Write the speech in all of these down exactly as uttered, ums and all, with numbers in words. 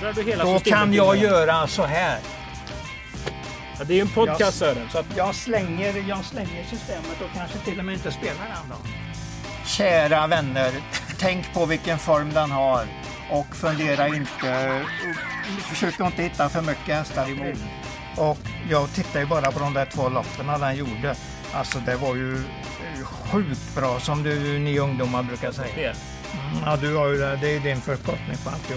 ändrar du hela Då systemet. kan jag göra så här. Ja, det är ju en podcast Jag- Sören, så att Jag slänger, jag slänger systemet och kanske till och med inte spelar den då. Kära vänner, tänk på vilken form den har och fundera inte, försök inte hitta för mycket hästar i mål. Och jag tittar ju bara på de där två loppen den gjorde. Alltså det var ju sjukt bra som du, ni ungdomar brukar säga. det. Mm, ja, du har ju det, det är din förkortning på alltihop.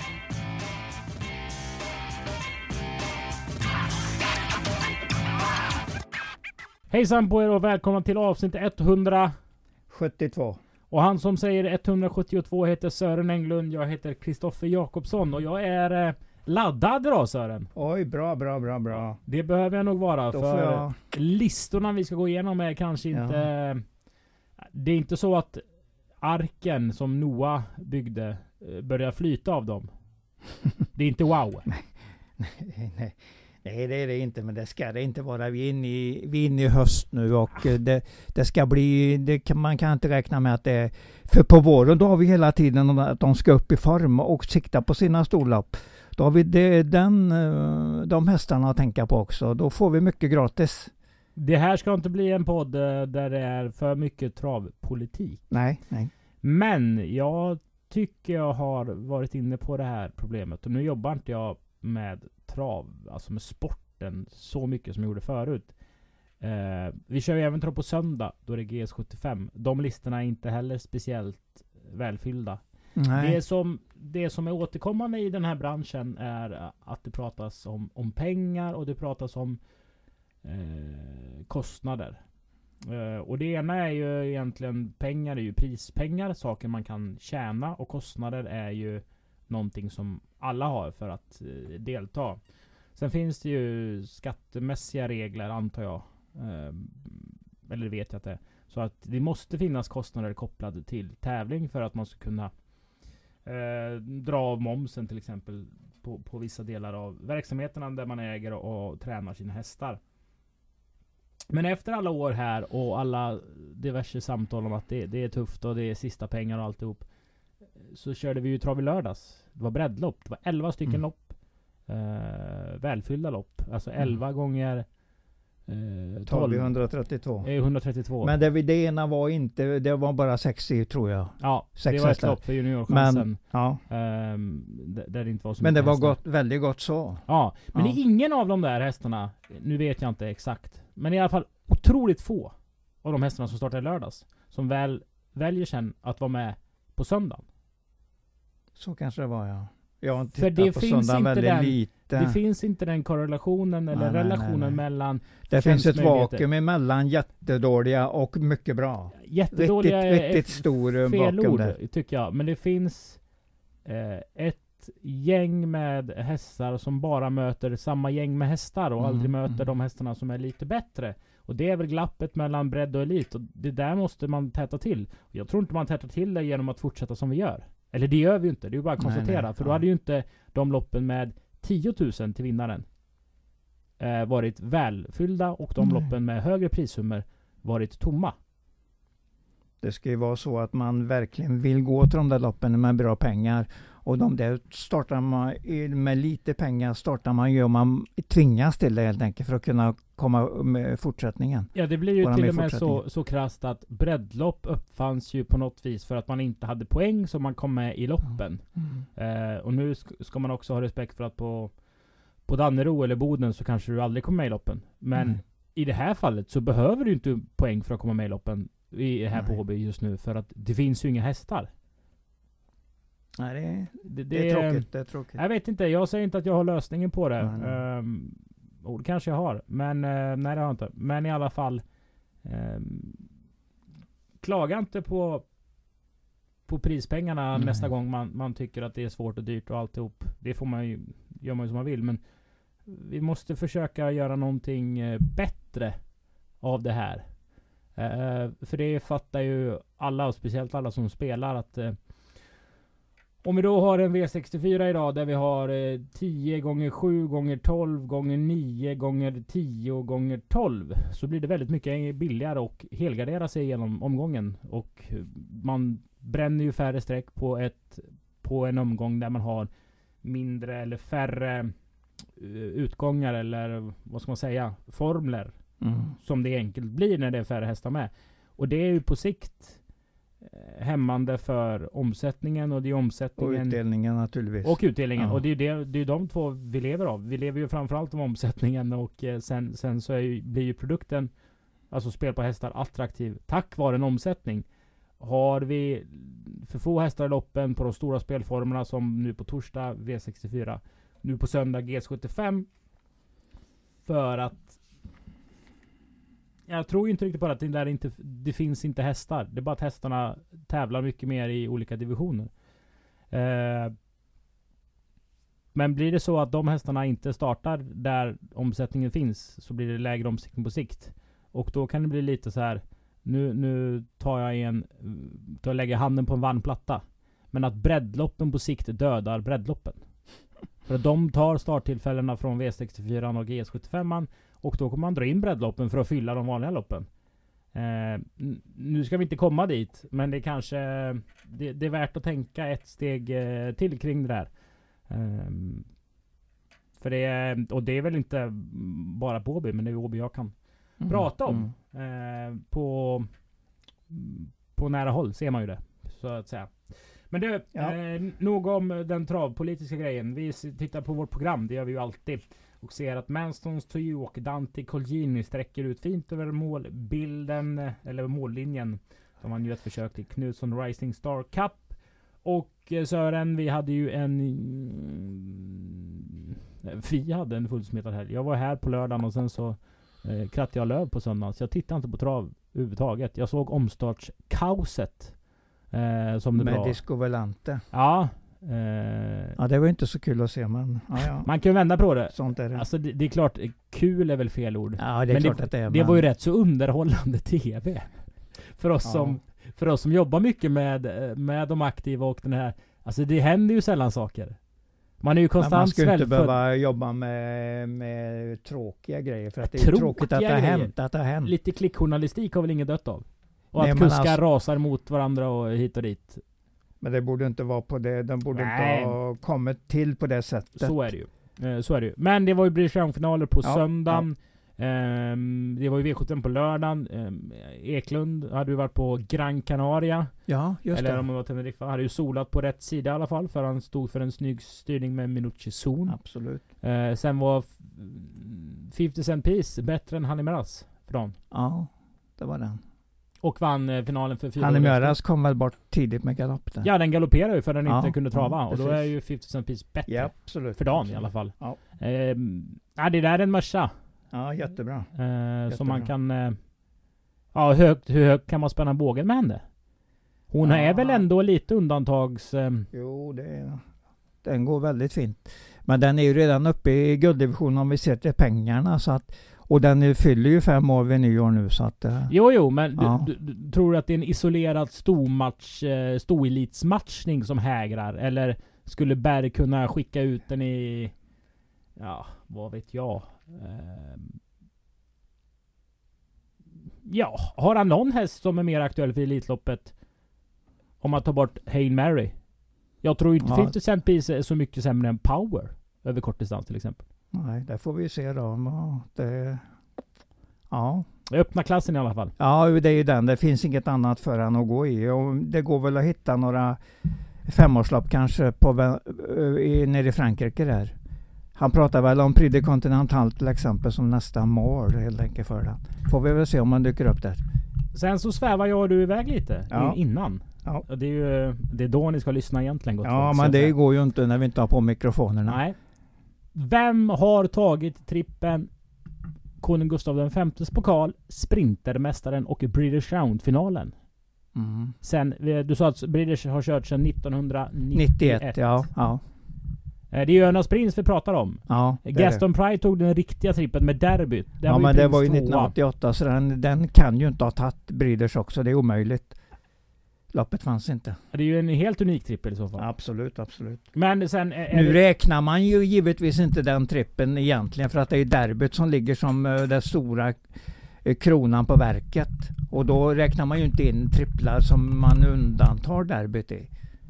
Hejsan på er och välkomna till avsnitt etthundra. sjuttiotvå. Och han som säger etthundrasjuttiotvå heter Sören Englund. Jag heter Kristoffer Jakobsson och jag är eh, laddad idag, Sören. Oj, bra, bra, bra, bra. Det behöver jag nog vara, Då för får jag... listorna vi ska gå igenom är kanske inte... Det är inte så att arken som Noah byggde eh, börjar flyta av dem. Det är inte wow. nej, nej. Nej, det är det inte, men det ska det inte vara. Vi är inne i, vi är inne i höst nu och eh, det, det ska bli, det kan, man kan inte räkna med att det är, för på våren då har vi hela tiden att de ska upp i form och sikta på sina storlopp. Då har vi det, den, eh, de hästarna att tänka på också. Då får vi mycket gratis. Det här ska inte bli en podd eh, där det är för mycket travpolitik. Nej, nej. Men jag tycker jag har varit inne på det här problemet. Och nu jobbar inte jag med trav, alltså med sporten, så mycket som jag gjorde förut. Eh, vi kör ju även trav på söndag, då det är G S sjuttiofem. De listorna är inte heller speciellt välfyllda. nej. Det som, det som är återkommande i den här branschen är att det pratas om, om pengar och det pratas om eh, kostnader. Uh, och det ena är ju egentligen pengar, är ju prispengar, saker man kan tjäna, och kostnader är ju någonting som alla har för att uh, delta. Sen finns det ju skattemässiga regler, antar jag, uh, eller vet jag att det är. Så att det måste finnas kostnader kopplade till tävling för att man ska kunna uh, dra av momsen till exempel på, på vissa delar av verksamheterna där man äger och, och tränar sina hästar. Men efter alla år här och alla diverse samtal om att det, det är tufft och det är sista pengar och alltihop, så körde vi ju trav i lördags. Det var breddlopp. Det var elva stycken Mm. lopp. Eh, välfyllda lopp. Alltså elva Mm. gånger eh, tolv. etthundratrettiotvå. Eh, hundratrettiotvå. Men det, det ena var inte, det var bara sextio tror jag. ja, sex det var ett hästar. lopp för juniorchansen. Men, ja. ehm, d- där det inte var så Men det mycket var hästar. gott, väldigt gott så. Ja, men Ja. det är ingen av de där hästarna, nu vet jag inte exakt, men i alla fall otroligt få av de hästarna som startar i lördags som väl väljer sen att vara med på söndagen. Så kanske det var, ja. Jag har inte För tittat det på finns söndagen inte väldigt den- lite. Det finns inte den korrelationen eller Nej, nej, relationen nej, nej. mellan Det finns ett förtjänstmöjligheter. vakuum emellan jättedåliga och mycket bra. Jättedåliga Riktigt, är riktigt stor eh, fel vakuum ord, där. tycker jag. Men det finns eh, ett gäng med hästar som bara möter samma gäng med hästar och Mm, aldrig möter mm. de hästarna som är lite bättre. Och det är väl glappet mellan bredd och elit. Och det där måste man täta till. Jag tror inte man tätar till det genom att fortsätta som vi gör. Eller det gör vi ju inte. Det är ju bara att Nej, konstatera. nej, för då ja. hade ju inte de loppen med tio tusen till vinnaren eh, varit välfyllda. Och de Nej. loppen med högre prissummor varit tomma. Det ska ju vara så att man verkligen vill gå till de där loppen med bra pengar. Och de där startar man med lite pengar startar man ju om man tvingas till det helt enkelt för att kunna komma med fortsättningen. Ja, det blir ju Vara till med och i med så, fortsättningen. så krasst att breddlopp uppfanns ju på något vis för att man inte hade poäng så man kom med i loppen. Mm. Eh, och nu sk- ska man också ha respekt för att på, på Dannero eller Boden så kanske du aldrig kommer med i loppen. Men Mm. i det här fallet så behöver du inte poäng för att komma med i loppen i, här på Nej. H B just nu, för att det finns ju inga hästar. Nej, det, är, Det, det är tråkigt. Det är tråkigt. Jag vet inte, jag säger inte att jag har lösningen på det. Nej, nej. Um, och det kanske jag har, men uh, nej det har jag inte. Men i alla fall, um, klaga inte på på prispengarna Nej. nästa gång man, man tycker att det är svårt och dyrt och alltihop. Det får man ju, gör man ju som man vill, men vi måste försöka göra någonting uh, bättre av det här. Uh, för det fattar ju alla, och speciellt alla som spelar, att uh, om vi då har en V sextiofyra idag där vi har eh, tio gånger sju gånger tolv gånger nio gånger tio gånger tolv, så blir det väldigt mycket billigare och helgardera sig genom omgången. Och man bränner ju färre streck på, ett, på en omgång där man har mindre eller färre utgångar eller vad ska man säga, formler mm. som det enkelt blir när det är färre hästar med. Och det är ju på sikt hämmande för omsättningen och det är omsättningen och utdelningen naturligtvis. Och utdelningen. Ja. Och det är det, det är de två vi lever av. Vi lever ju framförallt om omsättningen och eh, sen, sen så är ju, blir ju produkten, alltså spel på hästar, attraktiv tack vare en omsättning. Har vi för få hästar i loppen på de stora spelformerna som nu på torsdag V sextiofyra, nu på söndag G S sjuttiofem, för att jag tror inte riktigt på att det där inte det finns inte hästar. Det är bara att hästarna tävlar mycket mer i olika divisioner. Eh, men blir det så att de hästarna inte startar där omsättningen finns, så blir det lägre omsättning på sikt. Och då kan det bli lite så här. Nu, nu tar jag en då lägger handen på en varmplatta. Men att breddloppen på sikt dödar breddloppen. För att de tar starttillfällena från V sextiofyra och G S sjuttiofem och då kommer man dra in breddloppen för att fylla de vanliga loppen. Eh, nu ska vi inte komma dit, men det kanske det, det är värt att tänka ett steg eh, till kring det där. Eh, för det är, och det är väl inte bara på Åby, men det är Åby jag kan mm. prata om. Mm. Eh, på på nära håll ser man ju det, så att säga. Men det, ja. eh, nog om den travpolitiska grejen. Vi tittar på vårt program, det gör vi ju alltid. Och ser att Manstons Toyo och Dante Colgjini sträcker ut fint över målbilden, eller mållinjen. De har ju ett försök till Knutsson Rising Star Cup. Och eh, Sören, vi hade ju en... Vi hade en fullsmetad helg. Jag var här på lördagen och sen så eh, krattade jag löv på söndagen. Så jag tittade inte på trav överhuvudtaget. Jag såg omstartskaoset. Eh, som det med var. Disco Volante. Ja. Eh, ja, det var inte så kul att se, men ja, ja. Man kan vända på det. Sånt är det. Alltså det, det är klart, kul är väl fel ord. Ja, det är men klart det, att det är. Det men... var ju rätt så underhållande tv. För oss, ja. som, för oss som jobbar mycket med, med de aktiva och den här. Alltså det händer ju sällan saker. Man är ju konstant men man ska inte för... behöva jobba med, med tråkiga grejer. För att det är tråkiga tråkigt att det har hänt, att det har hänt. Lite klickjournalistik har väl ingen dött av. Och Nej, att kuskar alltså... rasar mot varandra och hit och dit. Men det borde inte vara på det. Den borde Nej. inte ha kommit till på det sättet. Så är det ju. Eh, så är det ju. Men det var ju British Crown-finaler på ja, söndagen. Ja. Eh, det var ju V sjuttiofem på lördagen. Eh, Eklund hade ju varit på Gran Canaria. Ja, just Eller det. om man var Teneriffa. Hade ju solat på rätt sida i alla fall. För han stod för en snygg styrning med Minucci Zon. Absolut. Eh, sen var femtio Cent Piece bättre än Hanni Miraz för dagen. Ja, det var den. Och vann eh, finalen för fyra. Hanni Miraz kom väl bort tidigt med galopp där. Ja, den galopperade ju för den ja, inte kunde trava. Ja, och då är ju femtio Cent Piece bättre. Ja, absolut. För dagen absolut. i alla fall. Ja. Eh, ja, det där är en mörsa. Ja, jättebra. Eh, jättebra. Så man kan... Eh, ja, högt, hur högt kan man spänna bågen med henne? Hon ja. är väl ändå lite undantags... Eh, jo, det är... Den går väldigt fint. Men den är ju redan uppe i gulddivisionen om vi ser till pengarna. Så att, och den fyller ju fem år vid nyår nu. Så att, eh, jo, jo, men ja. du, du, du tror att det är en isolerad stormatch, eh, storelitsmatchning som hägrar? Eller skulle Berg kunna skicka ut den i... Ja, vad vet jag. Eh, ja, har han någon häst som är mer aktuell för Elitloppet? Om man tar bort Hail Mary. Jag tror inte ja. femtio Cent Piece är så mycket sämre än Power över kortdistans till exempel. Nej, det får vi se då. Det, ja. Öppna klassen i alla fall. Ja, det är ju den. Det finns inget annat för han att gå i. Och det går väl att hitta några femårslopp kanske på, i, nere i Frankrike där. Han pratar väl om Prix de Continental till exempel som nästa mål helt enkelt för den. Får vi väl se om man dyker upp där. Sen så svävar jag och du iväg lite ja. innan. Ja. Det är ju det är då ni ska lyssna egentligen. Gott ja, men det går ju inte när vi inte har på mikrofonerna. Nej. Vem har tagit trippen Konung Gustav den femtes pokal, Sprintermästaren och British Round-finalen? Mm. Sen, du sa att British har kört sedan nittonhundranittioett. nittioett, ja. ja. Det är ju Önas Prins vi pratar om. Ja, Gaston Pride tog den riktiga trippen med derbyt. Det ja, var men det var ju nittonhundraåttioåtta så den, den kan ju inte ha tagit British också. Det är omöjligt. Loppet fanns inte. Det är ju en helt unik trippel i så fall. Absolut, absolut. Men sen är nu det... räknar man ju givetvis inte den trippen egentligen för att det är derbyt som ligger som uh, den stora uh, kronan på verket. Och då räknar man ju inte in tripplar som man undantar derbyt i.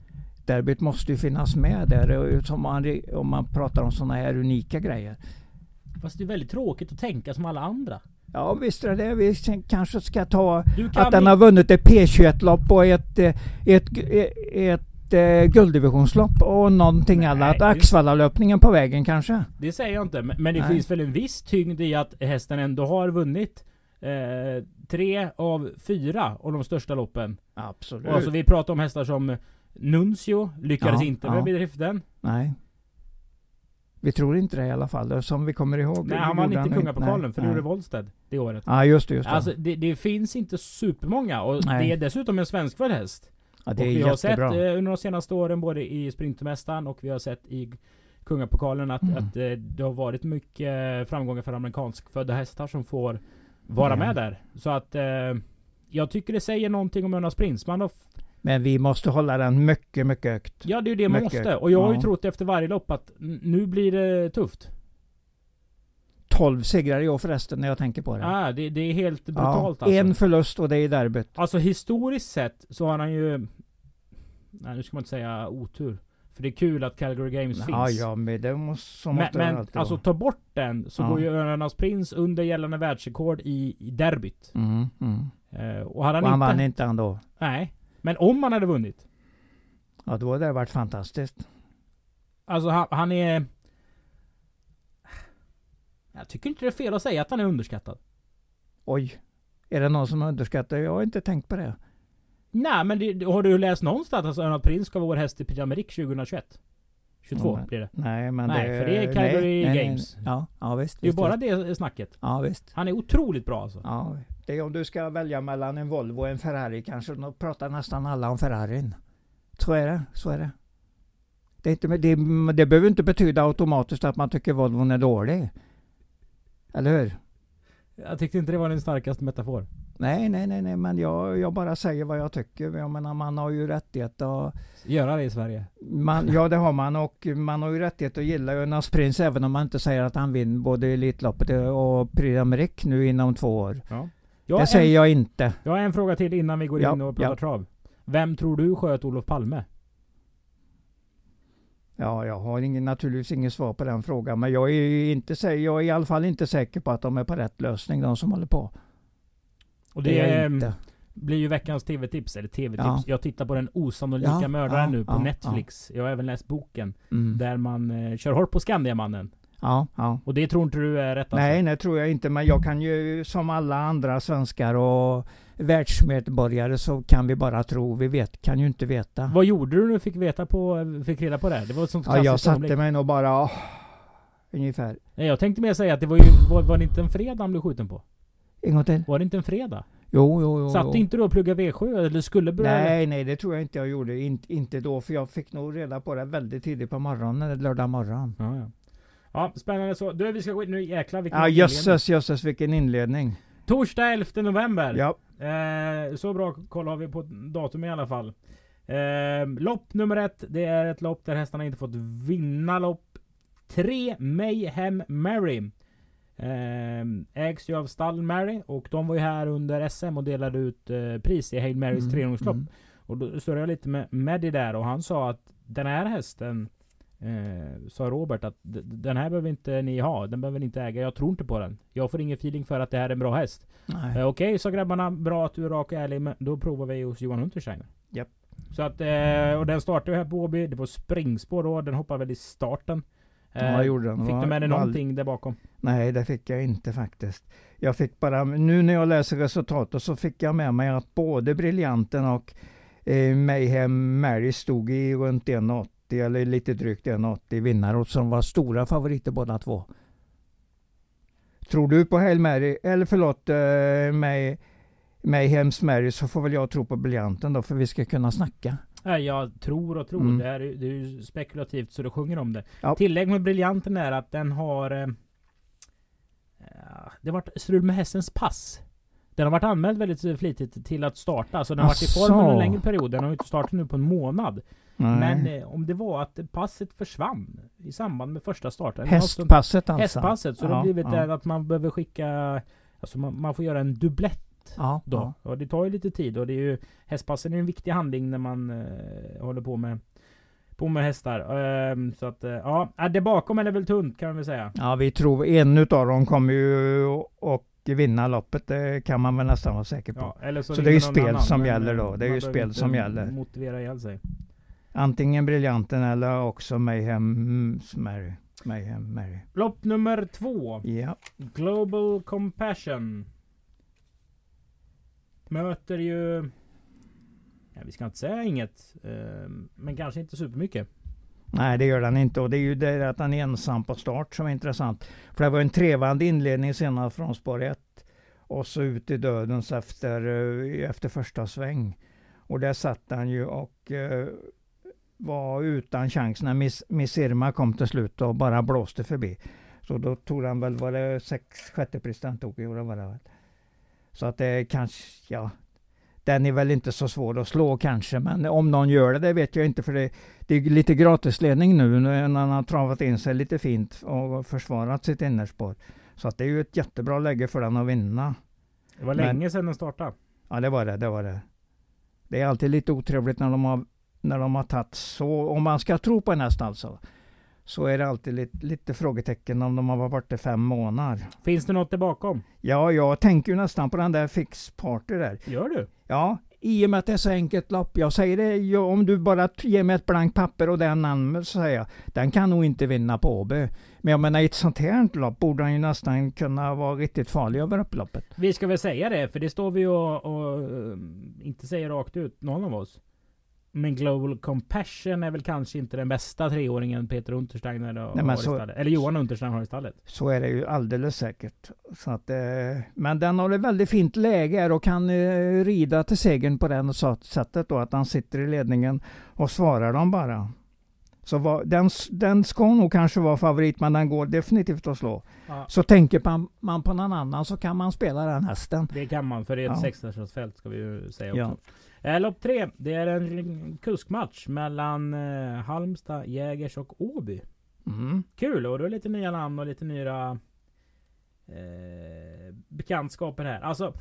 Västderbyt måste ju finnas med där som man, om man pratar om sådana här unika grejer. Fast det är väldigt tråkigt att tänka som alla andra. Ja visst är det. Vi kanske ska ta kan att den bli... har vunnit ett P tjugoett-lopp och ett, ett, ett, ett, ett gulddivisionslopp och någonting Nej, annat. Axvallalöpningen på vägen kanske. Det säger jag inte. Men det Nej. finns väl en viss tyngd i att hästen ändå har vunnit eh, tre av fyra av de största loppen. Absolut. Och alltså vi pratar om hästar som Nuncio lyckades ja, inte ja. med bedriften. Nej. Vi tror inte det i alla fall, som vi kommer ihåg. Nej, han vann inte kungapokalen, för det gjorde Wollsted det året. Ja, just det. Just det. Alltså, det, det finns inte supermånga, och nej. det är dessutom en svenskfödd häst. Ja, det är och vi jättebra. har sett eh, under de senaste åren, både i Sprintermästaren och vi har sett i kungapokalen, att, mm. att eh, det har varit mycket framgångar för amerikanskfödda hästar som får vara mm. med där. Så att eh, jag tycker det säger någonting om Jonas Prinsman. Och Men vi måste hålla den mycket, mycket högt. Ja, det är ju det man mycket måste. Och jag har ju ja. trott efter varje lopp att nu blir det tufft. tolv segrar i år förresten när jag tänker på det. Ja, ah, det, det är helt brutalt ja, alltså. En förlust och det är derbyt. Alltså historiskt sett så har han ju... Nej, nu ska man inte säga otur. För det är kul att Calgary Games ja, finns. Ja, men det måste, så men, måste men alltid alltså vara. ta bort den så ja. går ju Örnarnas Prins under gällande världsrekord i, i derbyt. Mm, mm. Uh, och hade han, och han inte... vann inte han då. Nej. Men om han hade vunnit. Ja, då hade det varit fantastiskt. Alltså han, han är... Jag tycker inte det är fel att säga att han är underskattad. Oj. Är det någon som underskattar? Jag har inte tänkt på det. Nej, men det, har du läst någonstans att Örnarnas Prins ska vara vår häst i Prix d'Amérique tjugohundratjugoett? tjugotvå mm, blir det. Nej, men nej, det... för det är Calgary nej, Games. Nej, nej. Ja, ja, visst. Det är visst, bara visst. det snacket. Ja, visst. Han är otroligt bra alltså. Ja, det är om du ska välja mellan en Volvo och en Ferrari kanske. Då pratar nästan alla om Ferrarin. Så är det, så är det. Det, är inte, det, det behöver inte betyda automatiskt att man tycker Volvon är dålig. Eller hur? Jag tyckte inte det var den starkaste metafor. Nej, nej, nej, nej, men jag, jag bara säger vad jag tycker. Jag menar, man har ju rättighet att... Göra det i Sverige? Man, ja, det har man, och man har ju rättighet att gilla Jonas Prins även om man inte säger att han vinner både Elitloppet och Prix d'Amérique nu inom två år. Ja. Det säger en, jag inte. Jag har en fråga till innan vi går ja, in och pratar ja. trav. Vem tror du sköt Olof Palme? Ja, jag har ingen, naturligtvis inget svar på den frågan. Men jag är, inte, jag är i alla fall inte säker på att de är på rätt lösning, de som håller på. Och det, det är inte. Blir ju veckans tv-tips, eller tv-tips. Ja. Jag tittar på den osannolika ja, mördaren ja, nu på ja, Netflix. Ja. Jag har även läst boken. Mm. Där man eh, kör hårt på Skandiamannen. Ja, ja. Och det tror inte du är rätt? Alltså? Nej, det tror jag inte. Men jag kan ju, som alla andra svenskar och världsmedborgare, så kan vi bara tro. Vi vet, kan ju inte veta. Vad gjorde du när du fick veta på, fick reda på det? Det var ett sånt ja, jag satte omblick. mig nog bara åh, ungefär. Nej, jag tänkte mer säga att det var ju, var, var det inte en fredag han blev skjuten på? En gång till. Var det inte en fredag? Jo, jo, jo. Satt jo. inte du och plugga V sju eller skulle börja? Nej, nej, det tror jag inte jag gjorde. In, inte då, för jag fick nog reda på det väldigt tidigt på morgonen, lördag morgon. Ja, ja. Ja, spännande så. Du, vi ska gå in nu, jäklar vilken ja, jösses, jösses, vilken inledning. Torsdag elfte november. Ja. Eh, så bra koll har vi på datum i alla fall. Eh, lopp nummer ett, det är ett lopp där hästarna inte fått vinna lopp. Tre Mayhem Mary. Eh, ägs ju av Stall Mary, och de var ju här under S M och delade ut eh, pris i Hail Marys mm, trehjulslopp. Mm. Och då stod jag lite med Meddy där, och han sa att den här hästen, eh, sa Robert, att d- den här behöver inte ni ha, den behöver ni inte äga, jag tror inte på den. Jag får ingen feeling för att det här är en bra häst. Eh, Okej, okay, så grabbarna, bra att du är rak och ärlig, men då provar vi hos Johan Untersteiner. Yep. Så att, eh, och den startade här på Åby, det var springspår då, den hoppade väl i starten. Ja, gjorde den. Fick var, du med dig var, någonting där bakom? Nej, det fick jag inte faktiskt. Jag fick bara, nu när jag läser resultatet så fick jag med mig att både Briljanten och eh, Mayhem Mary stod i runt en åttio eller lite drygt en åttio vinnare, och som var stora favoriter båda två. Tror du på Hail Mary, eller förlåt eh, May, Mayhems Mary, så får väl jag tro på Briljanten då, för vi ska kunna snacka. Nej, jag tror och tror. Mm. Det, är, det är ju spekulativt så du sjunger om det. Ja. Tillägg med Briljanten är att den har... Eh, det har varit strul med hästens pass. Den har varit anmäld väldigt flitigt till att starta. Så den har varit i form under en längre period. Den har inte startat nu på en månad. Nej. Men eh, om det var att passet försvann i samband med första starten. Hästpasset alltså. Hästpasset. Så ja, det har blivit ja. att man behöver skicka... Alltså man, man får göra en dubblett. Ja, då. Ja. Och det tar ju lite tid, och det är ju, hästpassen är en viktig handling när man eh, håller på med på med hästar. Um, så att, uh, ja, det bakom är det väl tunt kan man väl säga. Ja, vi tror en utav dem kommer ju och vinna loppet. Det kan man väl nästan vara säker på. Ja, eller så så det är ju spel annan, som gäller då. Det är ju spel som gäller. Motivera ihjäl sig. Antingen Briljanten eller också Mayhem Mary. Mayhem Mary. Lopp nummer två. Ja. Global Compassion. Möter ju... Ja, vi ska inte säga inget. Eh, men kanske inte supermycket. Nej, det gör den inte. Och det är ju det att han är ensam på start som är intressant. För det var en trevande inledning senare från spår ett. Och så ut i dödens efter, efter första sväng. Och där satt han ju och eh, var utan chans när Miss, Miss Irma kom till slut och bara blåste förbi. Så då tog han väl, var det sex sjätte pris den tog, gjorde var det väl. Så att det kanske, ja, den är väl inte så svår att slå kanske, men om någon gör det, det vet jag inte, för det, det är lite gratisledning nu när han har travat in sig lite fint och försvarat sitt innerspår. Så att det är ju ett jättebra läge för den att vinna. Det var länge men, sedan den startade. Ja, det var det, det var det. Det är alltid lite otrevligt när de har, när de har tagit så, om man ska tro på en häst alltså, så är det alltid lite, lite frågetecken om de har varit borta fem månader. Finns det något där bakom? Ja, jag tänker ju nästan på den där Fix Party där. Gör du? Ja, i och med att det är så enkelt lopp. Jag säger det, ja, om du bara ger mig ett blankt papper och den namn, så säger jag, den kan nog inte vinna på Åby. Men jag menar, i ett sånt här lopp borde han ju nästan kunna vara riktigt farlig över upploppet. Vi ska väl säga det, för det står vi och, och inte säger rakt ut, någon av oss. Men Global Compassion är väl kanske inte den bästa treåringen Peter Untersteiner har Nej, så, i stallet. Eller Johan Untersteiner har i stallet. Så är det ju alldeles säkert. Så att, eh, men den har ett väldigt fint läge här och kan eh, rida till segern på den sättet då, att han sitter i ledningen och svarar dem bara. Så var, den, den ska nog kanske vara favorit, men den går definitivt att slå. Ja. Så tänker man, man på någon annan så kan man spela den hästen. Det kan man, för det är ett ja. sexhundrafält ska vi ju säga också. Ja. Eh, lopp tre, det är en kuskmatch mellan eh, Halmstad, Jägers och Åby. Mm. Kul, och då är lite nya namn och lite nya eh, bekantskaper här. Alltså,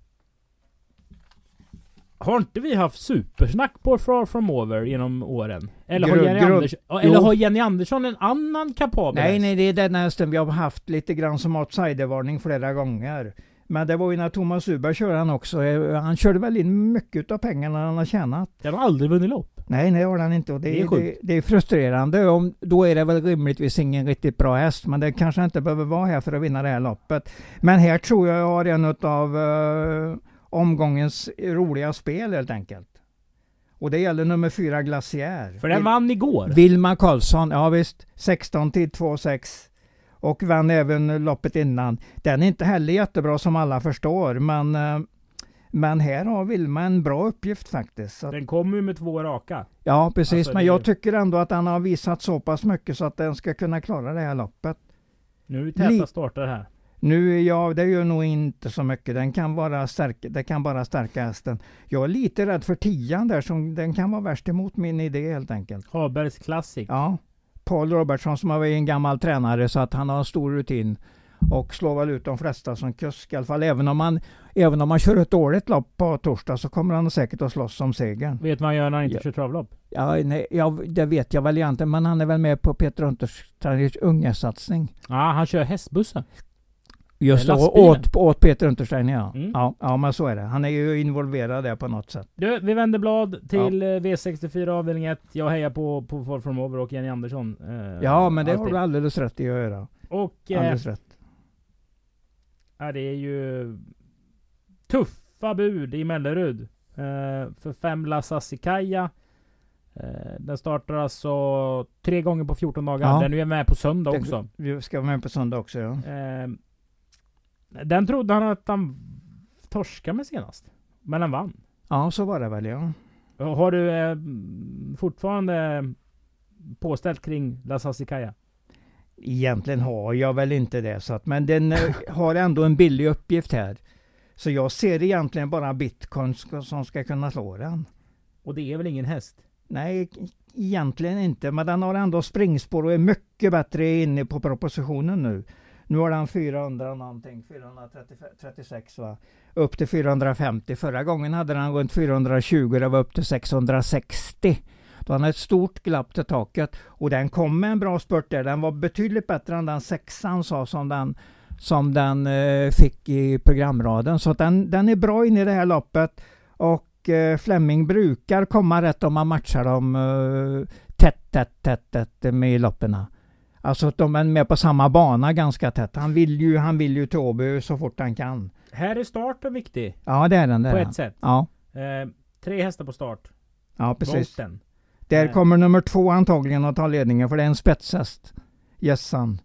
har inte vi haft supersnack på Far From Over genom åren? Eller, grund, har, Jenny grund, Andersson, eller har Jenny Andersson en annan kapabel? Nej, nej, det är den hästen vi har haft lite grann som outsidervarning flera gånger. Men det var ju när Thomas Uberg körde han också. Han körde väl in mycket av pengarna han har tjänat. Den har aldrig vunnit lopp. Nej, det har han inte. Och det, det, är det, det är frustrerande. Om, då är det väl rimligtvis ingen riktigt bra häst. Men det kanske inte behöver vara här för att vinna det här loppet. Men här tror jag jag har en av uh, omgångens roliga spel helt enkelt. Och det gäller nummer fyra Glaciär. För den vann igår. Vilma Karlsson, ja visst. sexton till två sex. Och vann även loppet innan. Den är inte heller jättebra som alla förstår. Men, men här har Vilma en bra uppgift faktiskt. Så den kommer ju med två raka. Ja, precis. Alltså, men jag tycker ändå att han har visat så pass mycket så att den ska kunna klara det här loppet. Nu är det täta Li- starter här. Nu, ja, det gör nog inte så mycket. Den kan bara stärka, det kan bara stärka hästen. Jag är lite rädd för tian där. Som, den kan vara värst emot min idé helt enkelt. Habergs Classic. Ja. Paul Robertsson som var en gammal tränare så att han har stor rutin och slår väl ut de flesta som kusk i alla fall. Även om man, även om man kör ett dåligt lopp på torsdag så kommer han säkert att slåss om segern. Vet man gör när han inte ja. kör travlopp? Ja, nej, ja, det vet jag väl inte, men han är väl med på Peter Untersteiners ungesatsning. Ja, han kör hästbussen. Just det, åt, åt Peter Untersteiner, ja. Mm. ja. Ja, men så är det. Han är ju involverad där på något sätt. Du, vi vänder blad till ja. V sextiofyra avdelning ett. Jag hejar på, på Far From Over och Jenny Andersson. Eh, ja, men det alltid. har du alldeles rätt i att göra. Och alldeles eh, rätt. Ja, det är ju tuffa bud i Mellerud. Eh, för fem La Sassicaia. Eh, den startar alltså tre gånger på fjorton dagar. Ja. Den är med på söndag den, också. Vi ska vara med på söndag också, ja. Eh, Den trodde han att han torskade med senast. Men han vann. Ja, så var det väl, ja. Har du eh, fortfarande påställt kring La Sassicaia? Egentligen har jag väl inte det. Så att, men den har ändå en billig uppgift här. Så jag ser egentligen bara Bitcoin som ska kunna slå den. Och det är väl ingen häst? Nej, egentligen inte. Men den har ändå springspår och är mycket bättre inne på propositionen nu. Nu har den fyrahundra någonting, fyrahundratrettiosex va? Upp till fyrahundrafemtio. Förra gången hade den runt fyrahundratjugo, det var upp till sexhundrasextio. Då hade han ett stort glapp till taket och den kom med en bra spurt där. Den var betydligt bättre än den sexan sa som den, som den eh, fick i programraden. Så att den, den är bra in i det här loppet och eh, Fleming brukar komma rätt om man matchar dem eh, tätt, tätt, tätt, tätt med i lopperna. Alltså att de är med på samma bana ganska tätt. Han vill ju, han vill ju till Åby så fort han kan. Här är starten viktig. Ja, det är den. Det på är ett den. sätt. Ja. Eh, tre hästar på start. Ja, precis. Volten. Där Eh. kommer nummer två antagligen att ta ledningen för det är en spetshäst. Jessan.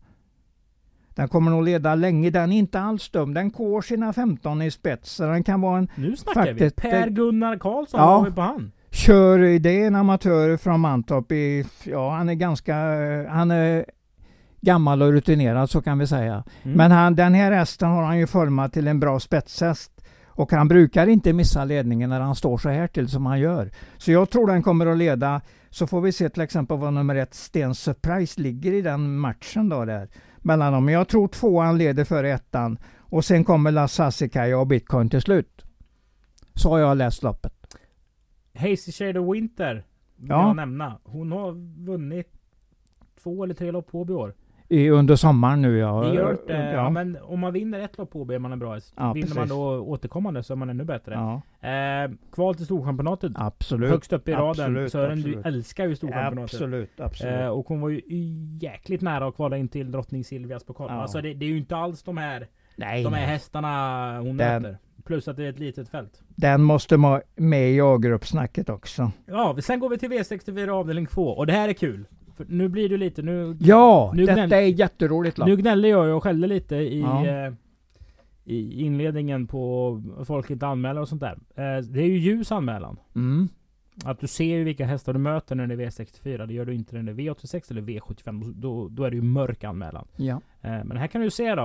Den kommer nog leda länge. Den är inte alls dum. Den går sina femton i spets. Så den kan vara en... Nu snackar faktiskt, vi. Per Gunnar Karlsson, Ja. har vi på han. Kör, det är en amatör från Mantorp i... Ja, han är ganska... Han är gammal och rutinerad så kan vi säga. Mm. Men han, den här hästen har han ju format till en bra spetshäst. Och han brukar inte missa ledningen när han står så här till som han gör. Så jag tror den kommer att leda. Så får vi se till exempel vad nummer ett Sten Surprise ligger i den matchen då där. Mellan dem. Men jag tror tvåan leder före ettan. Och sen kommer La Sassicaia och Bitcoin till slut. Så har jag läst loppet. Hazy Shade of Winter vill Ja. jag nämna. Hon har vunnit två eller tre lopp på Åby år. I, under sommaren nu ja. Det gör inte, ja. ja. Men om man vinner ett lopp på Åby är man en bra häst. Ja, Vinner precis. man då återkommande så är man ännu bättre. Ja, Eh, kval till Storchampionatet. absolut. Högst upp i raden. Absolut, Sören, absolut. du älskar ju Storchampionatet. Absolut, absolut. Eh, och hon var ju jäkligt nära att kvala in till drottning Silvias pokal. Ja. Alltså det, det är ju inte alls de här, nej, de här nej. hästarna hon Den- möter. Plus att det är ett litet fält. Den måste vara med i A-gruppsnacket också. Ja, sen går vi till V sextiofyra avdelning två. Och det här är kul. För nu blir det lite... Nu, Ja, Nu detta gnäll- är jätteroligt lopp. nu gnäller jag ju och skällde lite i, Ja. eh, i inledningen på folk inte anmäler och sånt där. Eh, det är ju ljus anmälan. Mm. Att du ser ju vilka hästar du möter när det är V sextiofyra. Det gör du inte när det är V åttiosex eller V sjuttiofem. Då, då är det ju mörk anmälan. Ja. Eh, men här kan du se då.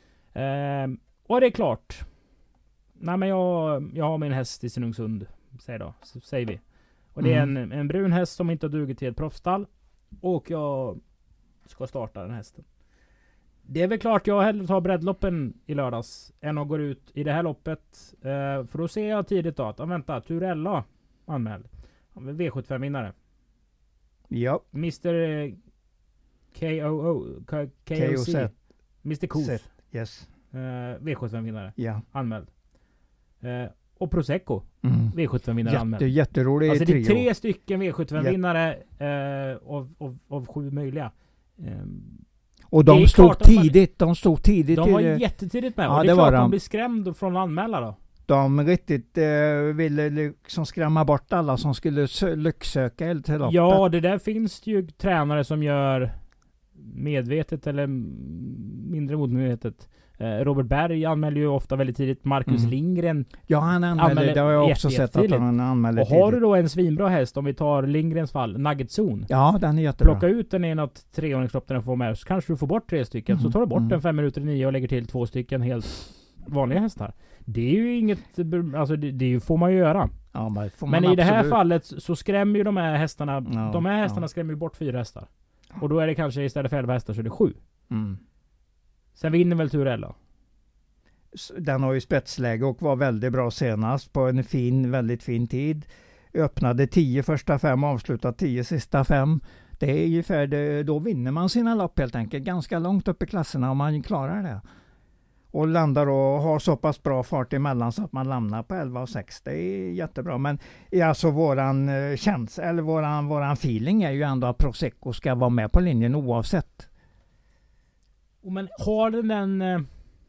Eh, och det är klart. Nej men jag, jag har min häst i Stenungsund. Säger då. Så säger vi. Och det är Mm. en, en brun häst som inte har dugit till ett proffsstall. Och jag ska starta den hästen. Det är väl klart jag hellre tar breddloppen i lördags än att gå ut i det här loppet. Eh, för då ser jag tidigt då att, ah, vänta, Turella anmäld. Han är V sjuttiofem-vinnare. Ja. mister K O O K- K O C. mister Kos. Set. Yes. Eh, V sjuttiofem-vinnare. Ja. Anmäld. Eh, och Prosecco. Mm. V sjuttiofem-vinnare Jätte, anmäld. jätterolig Alltså det är trio. tre stycken V sjuttiofem-vinnare eh, av, av, av sju möjliga. Eh, Och det de är stod klart de var- tidigt. De stod tidigt. de var till- jättetidigt med. Ja, och det är det klart var de de. blir skrämda från att anmäla då. De riktigt eh, ville liksom skrämma bort alla som skulle sö- lycksöka eller till loppet. Ja, det där finns det ju tränare som gör medvetet eller m- mindre modmedvetet. Eh, Robert Berg anmäler ju ofta väldigt tidigt. Marcus Mm. Lindgren. Ja, han anmälde, Anmälde det har jag också jätte- sett att jättetidigt. han anmälde Och har du tidigt. då en svinbra häst, om vi tar Lindgrens fall, Nugget Zone. Ja, den är jättebra. Plocka ut den i något treåringslopp där den får med, så kanske du får bort tre stycken. Så Mm, tar du bort mm. den fem minuter i nio och lägger till två stycken helt vanliga hästar. Det är ju inget, alltså det, det får man ju göra. Ja, men får Men man i det här absolut- fallet så skrämmer ju de här hästarna, Ja, de här hästarna ja. skrämmer ju bort fyra hästar. Och då är det kanske istället för elva hästar så är det sju. Mm. Sen vinner väl Turella. S- Den har ju spetsläge och var väldigt bra senast på en fin, väldigt fin tid. Öppnade tio första fem, avslutade tio sista fem. Det är ungefär det, då vinner man sina lopp helt enkelt. Ganska långt upp i klasserna om man klarar det. Och landar och har så pass bra fart emellan så att man landar på elva och sex. Det är jättebra. Men alltså våran eh, känsla, eller våran, våran feeling är ju ändå att Prosecco ska vara med på linjen oavsett. Och men har den den eh,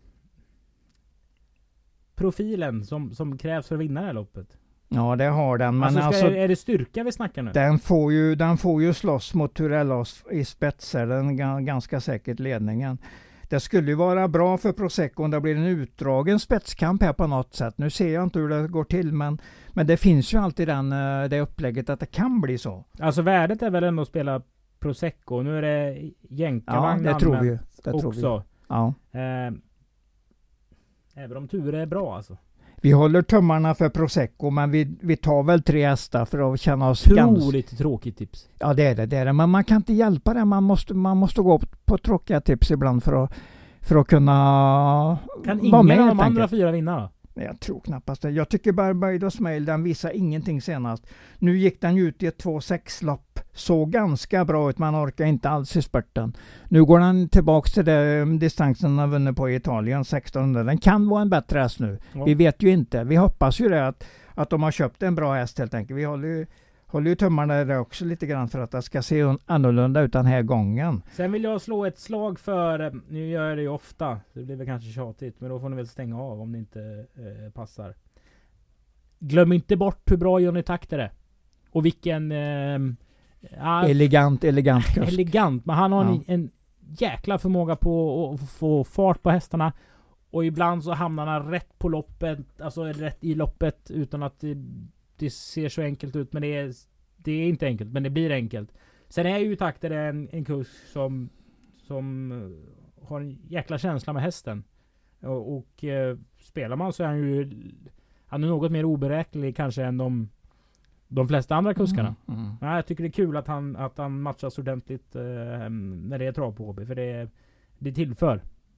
profilen som, som krävs för att vinna det här loppet? Ja, det har den. Men alltså, ska, alltså, är det styrka vi snackar nu? Den får ju, den får ju slåss mot Turellos i spetser, den ga- ganska säkert ledningen. Det skulle ju vara bra för Prosecco om det blir en utdragen spetskamp här på något sätt. Nu ser jag inte hur det går till, men, men det finns ju alltid den, eh, det upplägget att det kan bli så. Alltså värdet är väl ändå att spela Prosecco. Nu är det Ja, jänkarvagn det tror vi ju. använt Det tror vi. också. Ja. Eh, även om Ture är bra alltså. Vi håller tummarna för Prosecco, men vi, vi tar väl tre hästar för att känna oss ganska... Otroligt tråkigt tips. Ja, det är det, det är det. Men man kan inte hjälpa det. Man måste, man måste gå på tråkiga tips ibland för att, för att kunna Kan vara ingen med av helt de andra enkelt. fyra vinna då? Nej, jag tror knappast det. Jag tycker Barbados Mail, den visar ingenting senast. Nu gick den ut i ett två sex-lopp. Så ganska bra ut, man orkar inte alls i spurten. Nu går den tillbaka till den distansen han vunnit på i Italien, sextonhundra. Den kan vara en bättre häst nu. Ja. Vi vet ju inte. Vi hoppas ju det att, att de har köpt en bra häst helt enkelt. Vi håller ju, håller ju tummarna där också lite grann för att det ska se annorlunda ut den här gången. Sen vill jag slå ett slag för, nu gör jag det ju ofta, det blir väl kanske tjatigt, men då får ni väl stänga av om det inte eh, passar. Glöm inte bort hur bra Johnny Takter är. Och vilken... Eh, Ja, elegant, elegant kusk. Elegant, men han har ja. en, en jäkla förmåga på att få fart på hästarna. Och ibland så hamnar han rätt på loppet, alltså rätt i loppet utan att det, det ser så enkelt ut. Men det är, det är inte enkelt, men det blir enkelt. Sen är ju Takter en, en kusk som, som har en jäkla känsla med hästen. Och, och eh, spelar man så är han ju han är något mer oberäknelig kanske än de De flesta andra kuskarna. Mm, mm. Ja, jag tycker det är kul att han, att han matchas ordentligt eh, när det är trav på H B. För det, det tillför.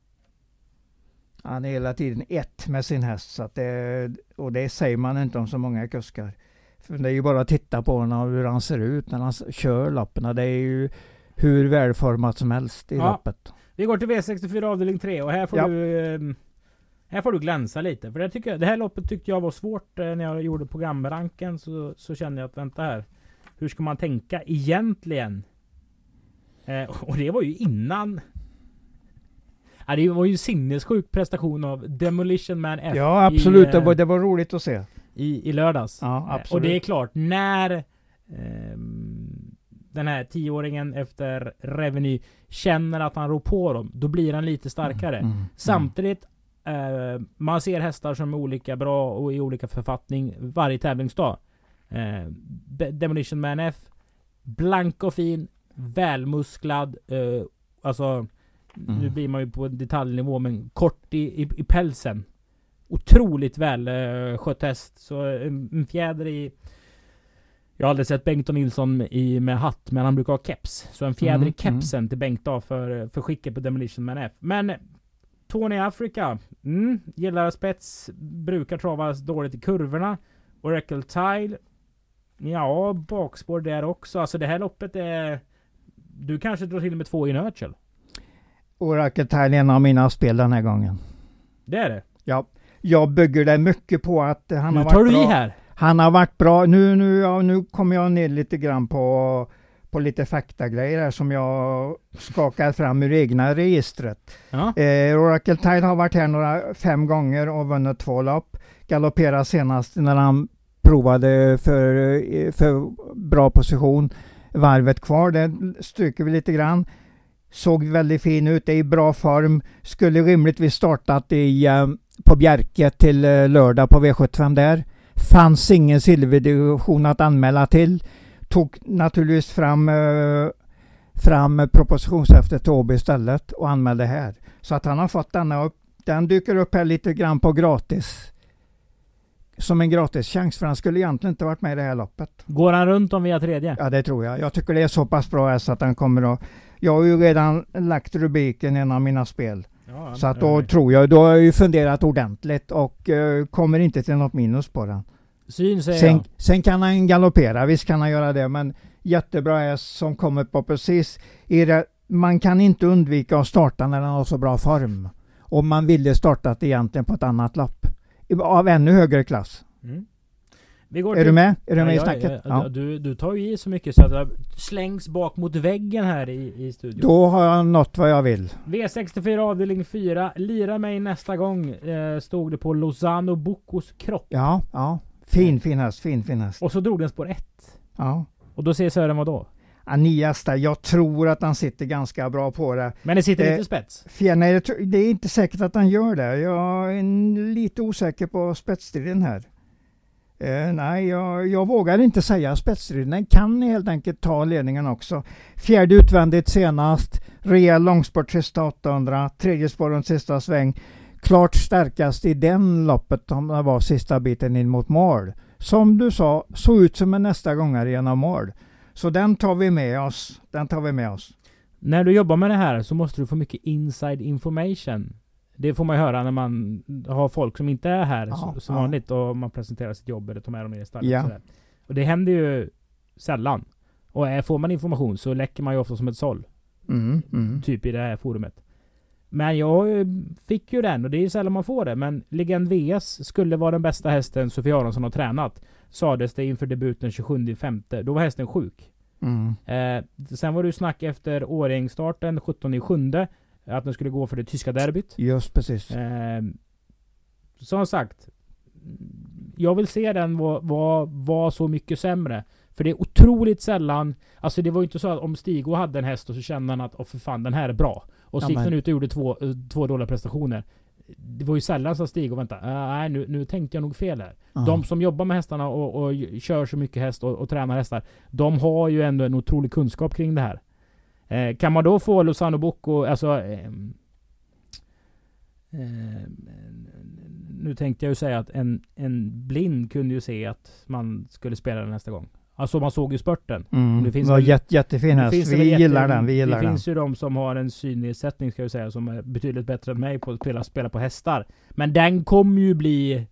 Han är hela tiden ett med sin häst. Så att det, och det säger man inte om så många kuskar. För det är ju bara att titta på honom och hur han ser ut när han kör lapparna. Det är ju hur välformat som helst i ja. loppet. Vi går till V sextiofyra avdelning tre. Och här får ja. du... Eh, Här får du glänsa lite. För det, tycker jag, det här loppet tyckte jag var svårt eh, när jag gjorde programranken. Så, så kände jag att vänta här. Hur ska man tänka egentligen? Eh, och det var ju innan. Ja, det var ju en sinnessjuk prestation av Demolition Man F. Ja, absolut. I, det, var, det var roligt att se. I, i lördags. Ja, absolut. Eh, och det är klart, när eh, den här tioåringen efter Reveny känner att han rår på dem, då blir han lite starkare. Mm, mm, Samtidigt Uh, man ser hästar som är olika bra och i olika författning varje tävlingsdag. Uh, Demolition Man F, blank och fin, välmusklad, uh, alltså mm. nu blir man ju på detaljnivå, men kort i, i, i pälsen. Otroligt väl uh, skött häst. Så en, en fjäder i... Jag har aldrig sett Bengt och Nilsson i, med hatt, men han brukar ha keps. Så en fjäder mm. i kepsen mm. till Bengt då för, för skicket på Demolition Man F. Men Tony Africa, mm, gillar spets, brukar travas dåligt i kurvorna. Oracle Tile, ja, bakspår där också. Alltså det här loppet är... Du kanske drar till med två i Nurchill. Oracle Tile är en av mina spel den här gången. Det är det? Ja, jag bygger det mycket på att han nu har varit tar du bra. I här. Han har varit bra. Nu, nu, ja, nu kommer jag ner lite grann på... på lite faktagrejer här som jag skakar fram ur egna registret. Ja. Eh, Oracle Tile har varit här några fem gånger och vunnit två lopp. Galopperade senast när han provade för, för bra position. Varvet kvar, det stryker vi lite grann. Såg väldigt fin ut, det är i bra form. Skulle rimligtvis startat i, eh, på Bjerke till eh, lördag på V sjuttiofem där. Fanns ingen silverdivision att anmäla till. Tog naturligtvis fram, eh, fram propositionshäftet till Åby istället och anmälde här. Så att han har fått denna upp. Den dyker upp här lite grann på gratis. Som en gratis chans, för han skulle egentligen inte varit med i det här loppet. Går han runt om via tredje? Ja, det tror jag. Jag tycker det är så pass bra här så att han kommer att... Jag har ju redan lagt rubriken i en av mina spel. Ja, så att då ja. tror jag, då har jag ju funderat ordentligt och uh, kommer inte till något minus på den. Syn, säger sen, jag. sen kan han galoppera, visst kan han göra det, men jättebra är som kommer på precis i det, man kan inte undvika att starta när han har så bra form. Och man ville startat egentligen på ett annat lopp av ännu högre klass. Mm. Vi går är till... du med? Är du ja, med i ja, snacket? Ja, ja. Du, du tar ju i så mycket så att det slängs bak mot väggen här i, i studion. Då har jag nått vad jag vill. V sextiofyra avdelning fyra. Lira mig nästa gång eh, stod det på Lozano Bocos kropp. Ja, ja. Fin, fin häst, fin, fin häst. Och så drog den spår ett. Ja. Och då ser Sören vad då? Aniasta, jag tror att han sitter ganska bra på det. Men det sitter eh, lite spets? Fjär, nej, det är inte säkert att han gör det. Jag är lite osäker på spetsstriden här. Eh, nej, jag, jag vågar inte säga spetsstriden. Den kan helt enkelt ta ledningen också. Fjärde utvändigt senast. Rejäl långsport sista åttahundra. Tredje spåren sista sväng. Klart starkast i den loppet om det var sista biten in mot mål. Som du sa, såg ut som en nästa gångare genom mål. Så den tar vi med oss. Den tar vi med oss. När du jobbar med det här så måste du få mycket inside information. Det får man ju höra när man har folk som inte är här Ja, så, som ja. vanligt och man presenterar sitt jobb eller tar med dem i stallet. Ja. Och, sådär. Och det händer ju sällan. Och är, får man information så läcker man ju ofta som ett såll. Mm, mm. Typ i det här forumet. Men jag eh, fick ju den och det är ju sällan man får det. Men Legend V S skulle vara den bästa hästen Sofie Aronsson har tränat. Sades det inför debuten tjugosjunde femte. Då var hästen sjuk. Mm. Eh, sen var det ju snack efter Årjängsstarten sjuttonde sjunde att den skulle gå för det tyska derbyt. Just precis. Eh, som sagt, jag vill se den vara var, var så mycket sämre. För det är otroligt sällan, alltså det var ju inte så att om Stigo hade en häst och så kände han att åh för fan den här är bra. Och så Ja, gick men- den ut och gjorde två, två dåliga prestationer. Det var ju sällan så Stigo vänta, nej nu, nu tänkte jag nog fel här. Ja. De som jobbar med hästarna och, och kör så mycket häst och, och tränar hästar, de har ju ändå en otrolig kunskap kring det här. Eh, kan man då få Lozano Bocco, alltså eh, eh, nu tänkte jag ju säga att en, en blind kunde ju se att man skulle spela den nästa gång. Alltså man såg ju spurten. Mm. Det finns Det var väl- jätte, jättefin Det häst. finns Vi väl jätte- gillar den. Vi gillar Det den. finns ju de som har en synnedsättning ska jag säga som är betydligt bättre än mig på att spela, spela på hästar. Men den kommer ju bli eh,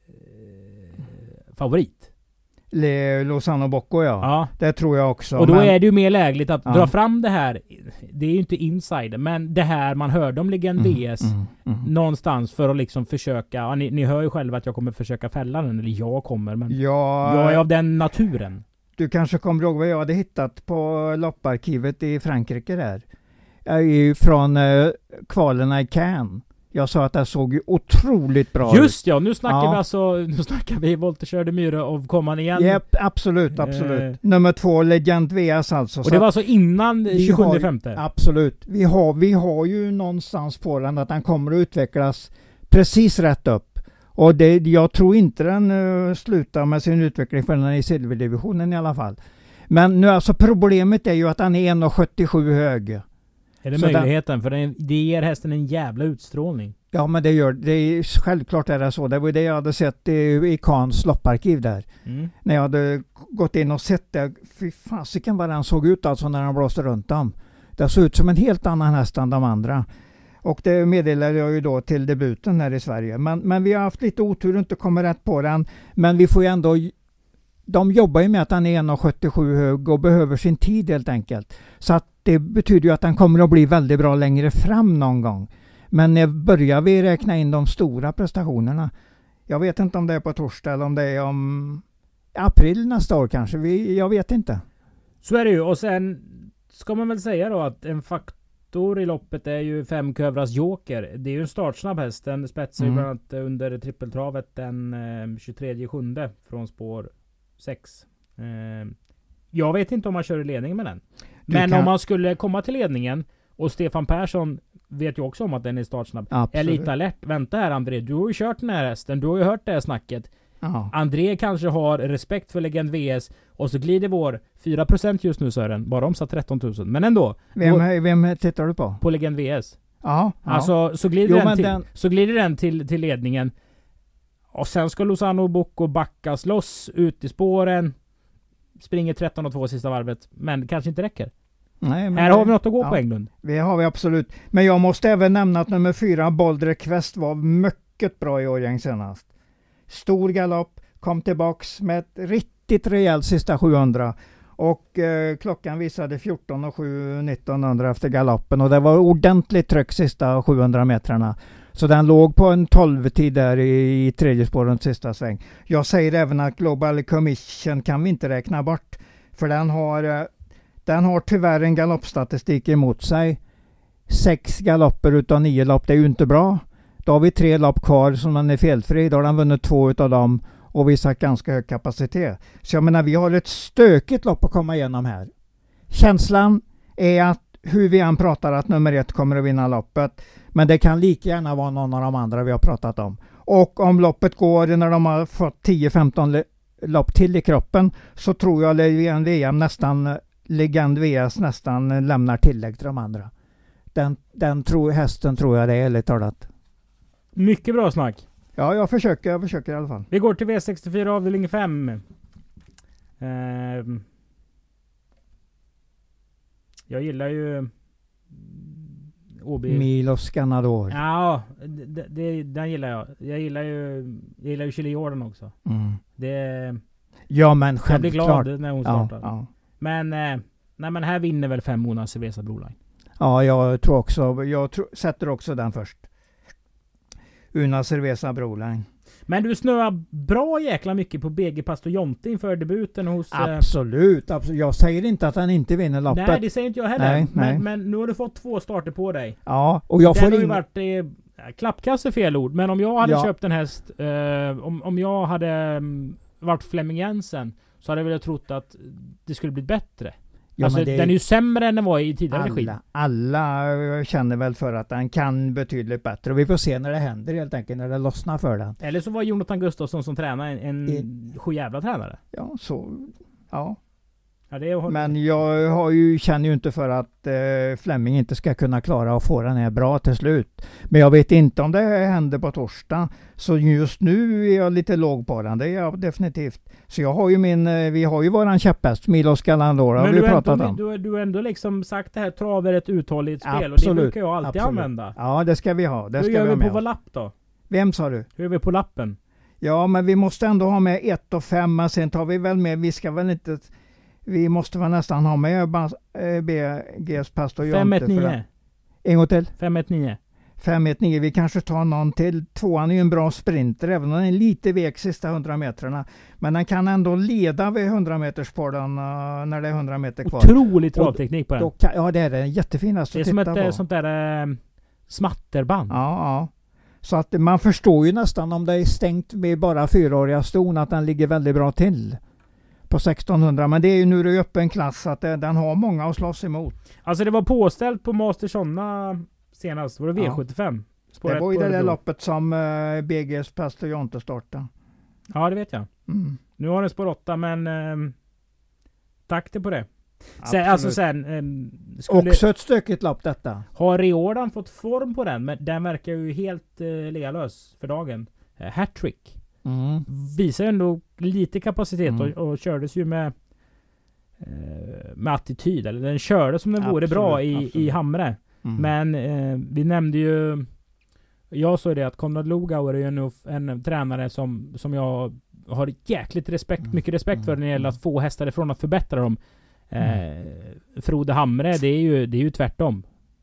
favorit. Le, Lozano Bocco, ja. Ja. Det tror jag också. Och då men- är det ju mer lägligt att Ja. dra fram det här. Det är ju inte insider, men det här man hörde om Legend V S Mm, mm, mm. någonstans för att liksom försöka. Ja, ni, ni hör ju själva att jag kommer försöka fälla den, eller jag kommer, men Ja, jag är av den naturen. du kanske kommer ihåg vad jag hade hittat på lopparkivet i Frankrike där. Jag är ju från eh, kvalerna i Cannes. Jag sa att det såg ju otroligt bra Just ja, nu snackar Ja. vi alltså, nu snackar vi Volterkörde Myre av komman igen. ut. Japp, absolut, absolut. Eh. Nummer två, Legend V S alltså. Och Så det att- var alltså innan Vi tjugosjunde har- femte. Absolut. Vi har, vi har ju någonstans på den att den kommer att utvecklas precis rätt upp. Och det, jag tror inte den uh, slutar med sin utveckling för den är i silverdivisionen i alla fall. Men nu alltså problemet är ju att den är en komma sjuttiosju hög. Är det så möjligheten? För den, det ger hästen en jävla utstrålning. Ja, men det gör det. Är, självklart är det så. Det var det jag hade sett i, i Kans lopparkiv där. Mm. När jag hade gått in och sett det. Fy fasiken vad den såg ut alltså när den blåste runt dem. Det såg ut som en helt annan häst än de andra. Och det meddelade jag ju då till debuten här i Sverige. Men, men vi har haft lite otur och inte kommit rätt på den. Men vi får ju ändå... De jobbar ju med att den är en komma sjuttiosju hög och behöver sin tid helt enkelt. Så att det betyder ju att den kommer att bli väldigt bra längre fram någon gång. Men när börjar vi räkna in de stora prestationerna? Jag vet inte om det är på torsdag eller om det är om april nästa år kanske. Vi, jag vet inte. Så är det ju. Och sen ska man väl säga då att en faktor i loppet är ju fem Kövras Joker. Det är ju en startsnabb häst. Den spetsar ju Mm. bland annat under trippeltravet den eh, tjugotredje sjunde från spår sex. Eh, jag vet inte om man kör i ledningen med den. Du Men kan- om man skulle komma till ledningen och Stefan Persson vet ju också om att den är startsnabb. Är Absolut. lite alert. Vänta här André, du har ju kört den här hästen. Du har ju hört det här snacket. Ja. André kanske har respekt för Legend V S och så glider vår fyra procent just nu Sören. Bara omsatt tretton tusen. Men ändå. Vem, vår, vem tittar du på? på Legend V S. Ja. ja. Alltså så glider, Jo, den, men till, den- så glider den till, till ledningen. Och sen ska Lozano Bocco backas loss ut i spåren. Springer tretton och två sista varvet. Men det kanske inte räcker. Nej, men Här det- har vi något att gå ja. på Englund. Det har vi absolut. Men jag måste även nämna att nummer fyra, Boulder Quest, var mycket bra i Årjäng senast. Stor galopp, kom tillbaks med ett riktigt rejält sista sjuhundra. Och eh, klockan visade fjorton och sju nittonhundra efter galoppen. Och det var ordentligt tryck sista sjuhundra metrarna. Så den låg på en tolv-tid där i, i tredje spårens sista sväng. Jag säger även att Global Commission kan vi inte räkna bort. För den har... Eh, Den har tyvärr en galoppstatistik emot sig. Sex galopper utav nio lopp, det är ju inte bra. Då har vi tre lopp kvar som den är felfri. Då har den vunnit två utav dem och visat ganska hög kapacitet. Så jag menar, vi har ett stökigt lopp att komma igenom här. Känslan är att hur vi än pratar att nummer ett kommer att vinna loppet. Men det kan lika gärna vara någon av de andra vi har pratat om. Och om loppet går när de har fått tio femton lopp till i kroppen så tror jag Legend V M nästan Legend V S nästan lämnar tillägg till de andra. Den, den tro, hästen tror jag det är lite talat. Mycket bra snack. Ja, jag försöker, jag försöker i alla fall. Vi går till V sextiofyra avdelning fem. Ehm. Jag gillar ju O B. Milos Ganador. Ja, det, det, den gillar jag. Jag gillar ju, jag gillar ju Chili Jordan också. Mm. Det, ja, men självklart. jag blir glad när hon startar. Ja, ja. Men, eh, nej, men här vinner väl fem Una Cerveza Broline. Ja, jag tror också. Jag tro, sätter också den först. Una Cerveza Broline. Men du snöar bra jäkla mycket på B G Pastor Jonte inför debuten hos... Absolut, absolut. Jag säger inte att han inte vinner loppet. Nej, det säger inte jag heller. Nej, men, nej. men nu har du fått två starter på dig. Ja, och jag den får har ju in... varit... Eh, klappkass är fel ord. Men om jag hade ja. köpt en häst... Eh, om, om jag hade um, varit Flemming Jensen så hade jag väl trott att det skulle bli bättre. Ja, alltså, det... den är ju sämre än den var i tidigare alla, skid. Alla känner väl för att den kan betydligt bättre. Och vi får se när det händer helt enkelt, när det lossnar för den. Eller så var Jonathan Gustafsson som tränare en, en I... sjujävla tränare. Ja, så... Ja. Ja, det är... Men jag har ju, känner ju inte för att eh, Flemming inte ska kunna klara att få den här bra till slut. Men jag vet inte om det händer på torsdag. Så just nu är jag lite låg på den. Det är jag definitivt. Så jag har ju min, vi har ju våran käpphäst, Milos Galandora. Men vi du har pratat om. Du, du har ändå liksom sagt det här, traver ett uthålligt spel. Absolut, och det brukar jag alltid absolut. använda. Ja, det ska vi ha. Det Hur ska gör vi, vi med på vår oss. lapp då? Vem sa du? Hur är vi på lappen? Ja, men vi måste ändå ha med ett och fem. Men sen tar vi väl med, vi ska väl inte... Vi måste väl nästan ha med B G:s Pastor Jonte. fem ett nio. En gång till. fem ett nio. fem ett nio. Vi kanske tar någon till. Tvåan är ju en bra sprinter, även om den är lite vek sista hundra metrarna. Men den kan ändå leda vid hundra meters på den uh, när det är hundra meter kvar. Otroligt travteknik på den. Då kan, ja, det är det. Jättefin att det är som ett på. Sånt där äh, smatterband. Ja, ja. Så att man förstår ju nästan om det är stängt med bara fyraåriga ston att den ligger väldigt bra till. På sextonhundra, men det är ju nu det är öppen klass att det, den har många att slåss emot. Alltså det var påställt på Mastersonna senast, var det V sjuttiofem? Ja. Det var ju det där loppet som uh, B G:s Pastor Jonte startade. Ja, det vet jag. Mm. Nu har den spår åtta, men uh, tack det på det. Sen, alltså sen, um, skulle, också ett stökigt lopp detta. Har Riordan fått form på den? Men den verkar ju helt uh, legalös för dagen. Uh, Hattrick. Mm. Visar ändå lite kapacitet mm. och, och kördes ju med eh, med attityd. Eller den körde som den vore absolut, bra i, absolut. i Hamre. Mm. Men eh, vi nämnde ju, jag sa det att Konrad Lugauer är ju en, en tränare som, som jag har jäkligt respekt, mm. mycket respekt för när det gäller att få hästar ifrån att förbättra dem. Eh, mm. Frode Hamre, det är ju, det är ju tvärtom.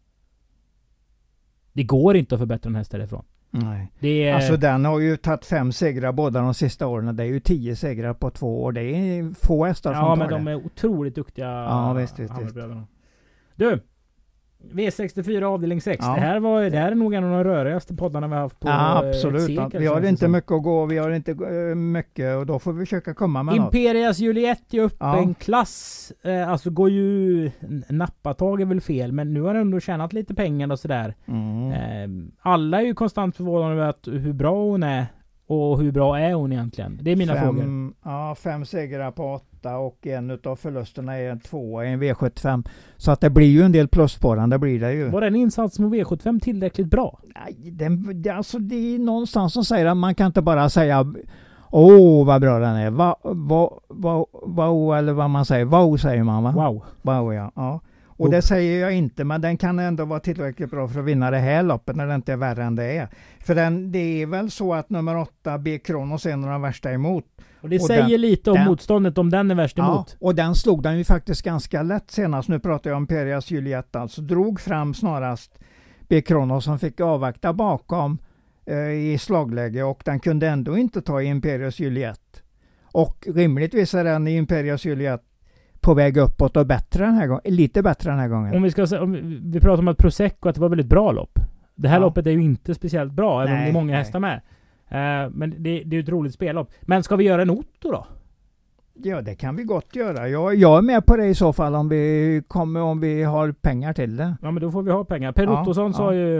Det går inte att förbättra en häst därifrån. Nej. Det är... Alltså den har ju tagit fem segrar båda de sista åren. Det är ju tio segrar på två år. Det är få hästar som ja, tar men det. de är otroligt duktiga. Ja, visst, visst, visst. Du, V sextiofyra avdelning sex. Ja. Det här var det här är nog en av de rörigaste poddarna vi har haft på ja, absolut. ett sekel, vi har inte som. mycket att gå. Vi har inte uh, mycket och då får vi försöka komma med Imperias Juliet är upp ja. en klass. Eh, alltså går ju nappatag är väl fel, men nu har han ändå tjänat lite pengar och sådär. Mm. Eh, alla är ju konstant förvånade över att hur bra hon är och hur bra är hon egentligen. Det är mina fem, frågor. Ja, fem segrar på åtta och en utav förlusterna är en tvåa i en V sjuttiofem. Så att det blir ju en del plus på den, det blir det ju. Var den insats med V sjuttiofem tillräckligt bra? Nej, den, det, alltså det är någonstans som säger att man kan inte bara säga åh oh, vad bra den är. Wow, wow, wow, wow, eller vad man säger. Wow säger man va? Wow. Wow ja. ja. Och det säger jag inte, men den kan ändå vara tillräckligt bra för att vinna det här loppet när den inte är värre än det är. För den, det är väl så att nummer åtta, B Kronos, är en av de värsta emot. Och det och säger den, lite om den, motståndet om den är värst emot. Ja, och den slog den ju faktiskt ganska lätt senast. Nu pratar jag om Imperias Juliet, alltså drog fram snarast B Kronos som fick avvakta bakom eh, i slagläge och den kunde ändå inte ta i Imperias Juliet. Och rimligtvis är den i Imperias Juliet på väg uppåt och bättre den här gången, lite bättre den här gången. Om vi ska om vi, vi pratar om att Prosecco, att det var väldigt bra lopp. Det här ja. loppet är ju inte speciellt bra, nej, även om det är många nej. hästar med. Uh, men det, det är ett roligt spellopp. Men ska vi göra en Otto då? Ja, det kan vi gott göra. Jag, jag är med på det i så fall om vi kommer, om vi har pengar till det. Ja, men då får vi ha pengar. Per ja, Ottosson ja. sa ju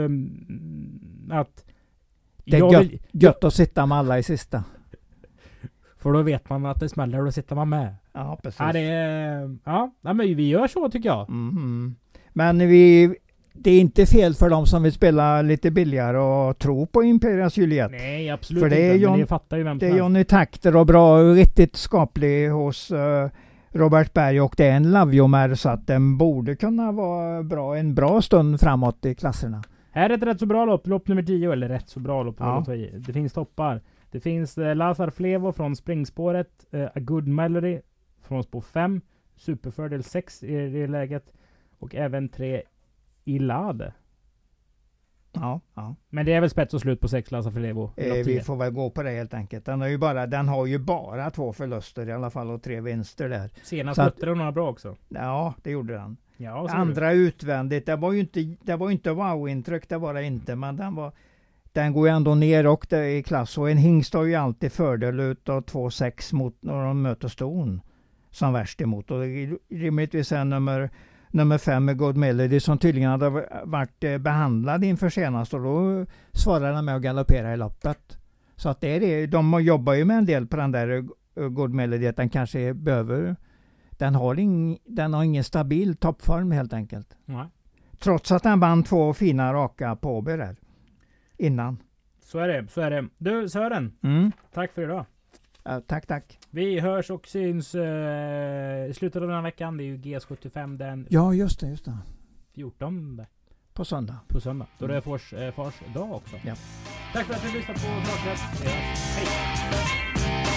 att det är gött, vill, gött att sitta med alla i sista. För då vet man att det smäller och då sitter man med. Ja, precis. Ja, det är, ja, men vi gör så tycker jag. Mm-hmm. Men vi, det är inte fel för dem som vill spela lite billigare och tro på Imperias Juliet. Nej, absolut för det inte. är John, men det fattar ju vem det är Johnny Takter och bra, riktigt skaplig hos uh, Robert Berg, och det är en Laviomer så att den borde kunna vara bra en bra stund framåt i klasserna. Här är ett rätt så bra lopp, lopp nummer tio, eller rätt så bra lopp. Ja. Det finns toppar. Det finns eh, Lazar Flevo från springspåret, eh, A Good Melody från spår fem, Superfördel sex i det läget och även tre Ilade. Ja, ja. Men det är väl spets och slut på sex Lazar Flevo. Eh, vi får väl gå på det helt enkelt. Den har ju bara, den har ju bara två förluster i alla fall och tre vinster där. Senast mötte de några bra också. Ja, det gjorde den. Ja, andra du. Utvändigt, det var ju inte, det var ju inte wow-intryck, det var det inte, men den var den går ju ändå ner och det i klass, och en hingst har ju alltid fördel utav två sex mot när de möter ston som värst emot, och rimligtvis är nummer nummer fem med God Melody som tydligen hade varit behandlad inför senast, och då svarade den med att galoppera i loppet. Så att det är det, de jobbar ju med en del på den där God Melody, att den kanske behöver, den har, ing, den har ingen stabil toppform helt enkelt. Nej. Trots att den vann två fina raka på Åby där innan. Så är det, så är det. Du Sören, mm. tack för idag. Ja, tack, tack. Vi hörs och syns eh, i slutet av den här veckan. Det är ju G S sjuttiofem den ja, just det, just det. fjortonde. På söndag. På söndag. Då är det fars, eh, fars dag också. Ja. Tack för att du lyssnade på Travrätt. Hej!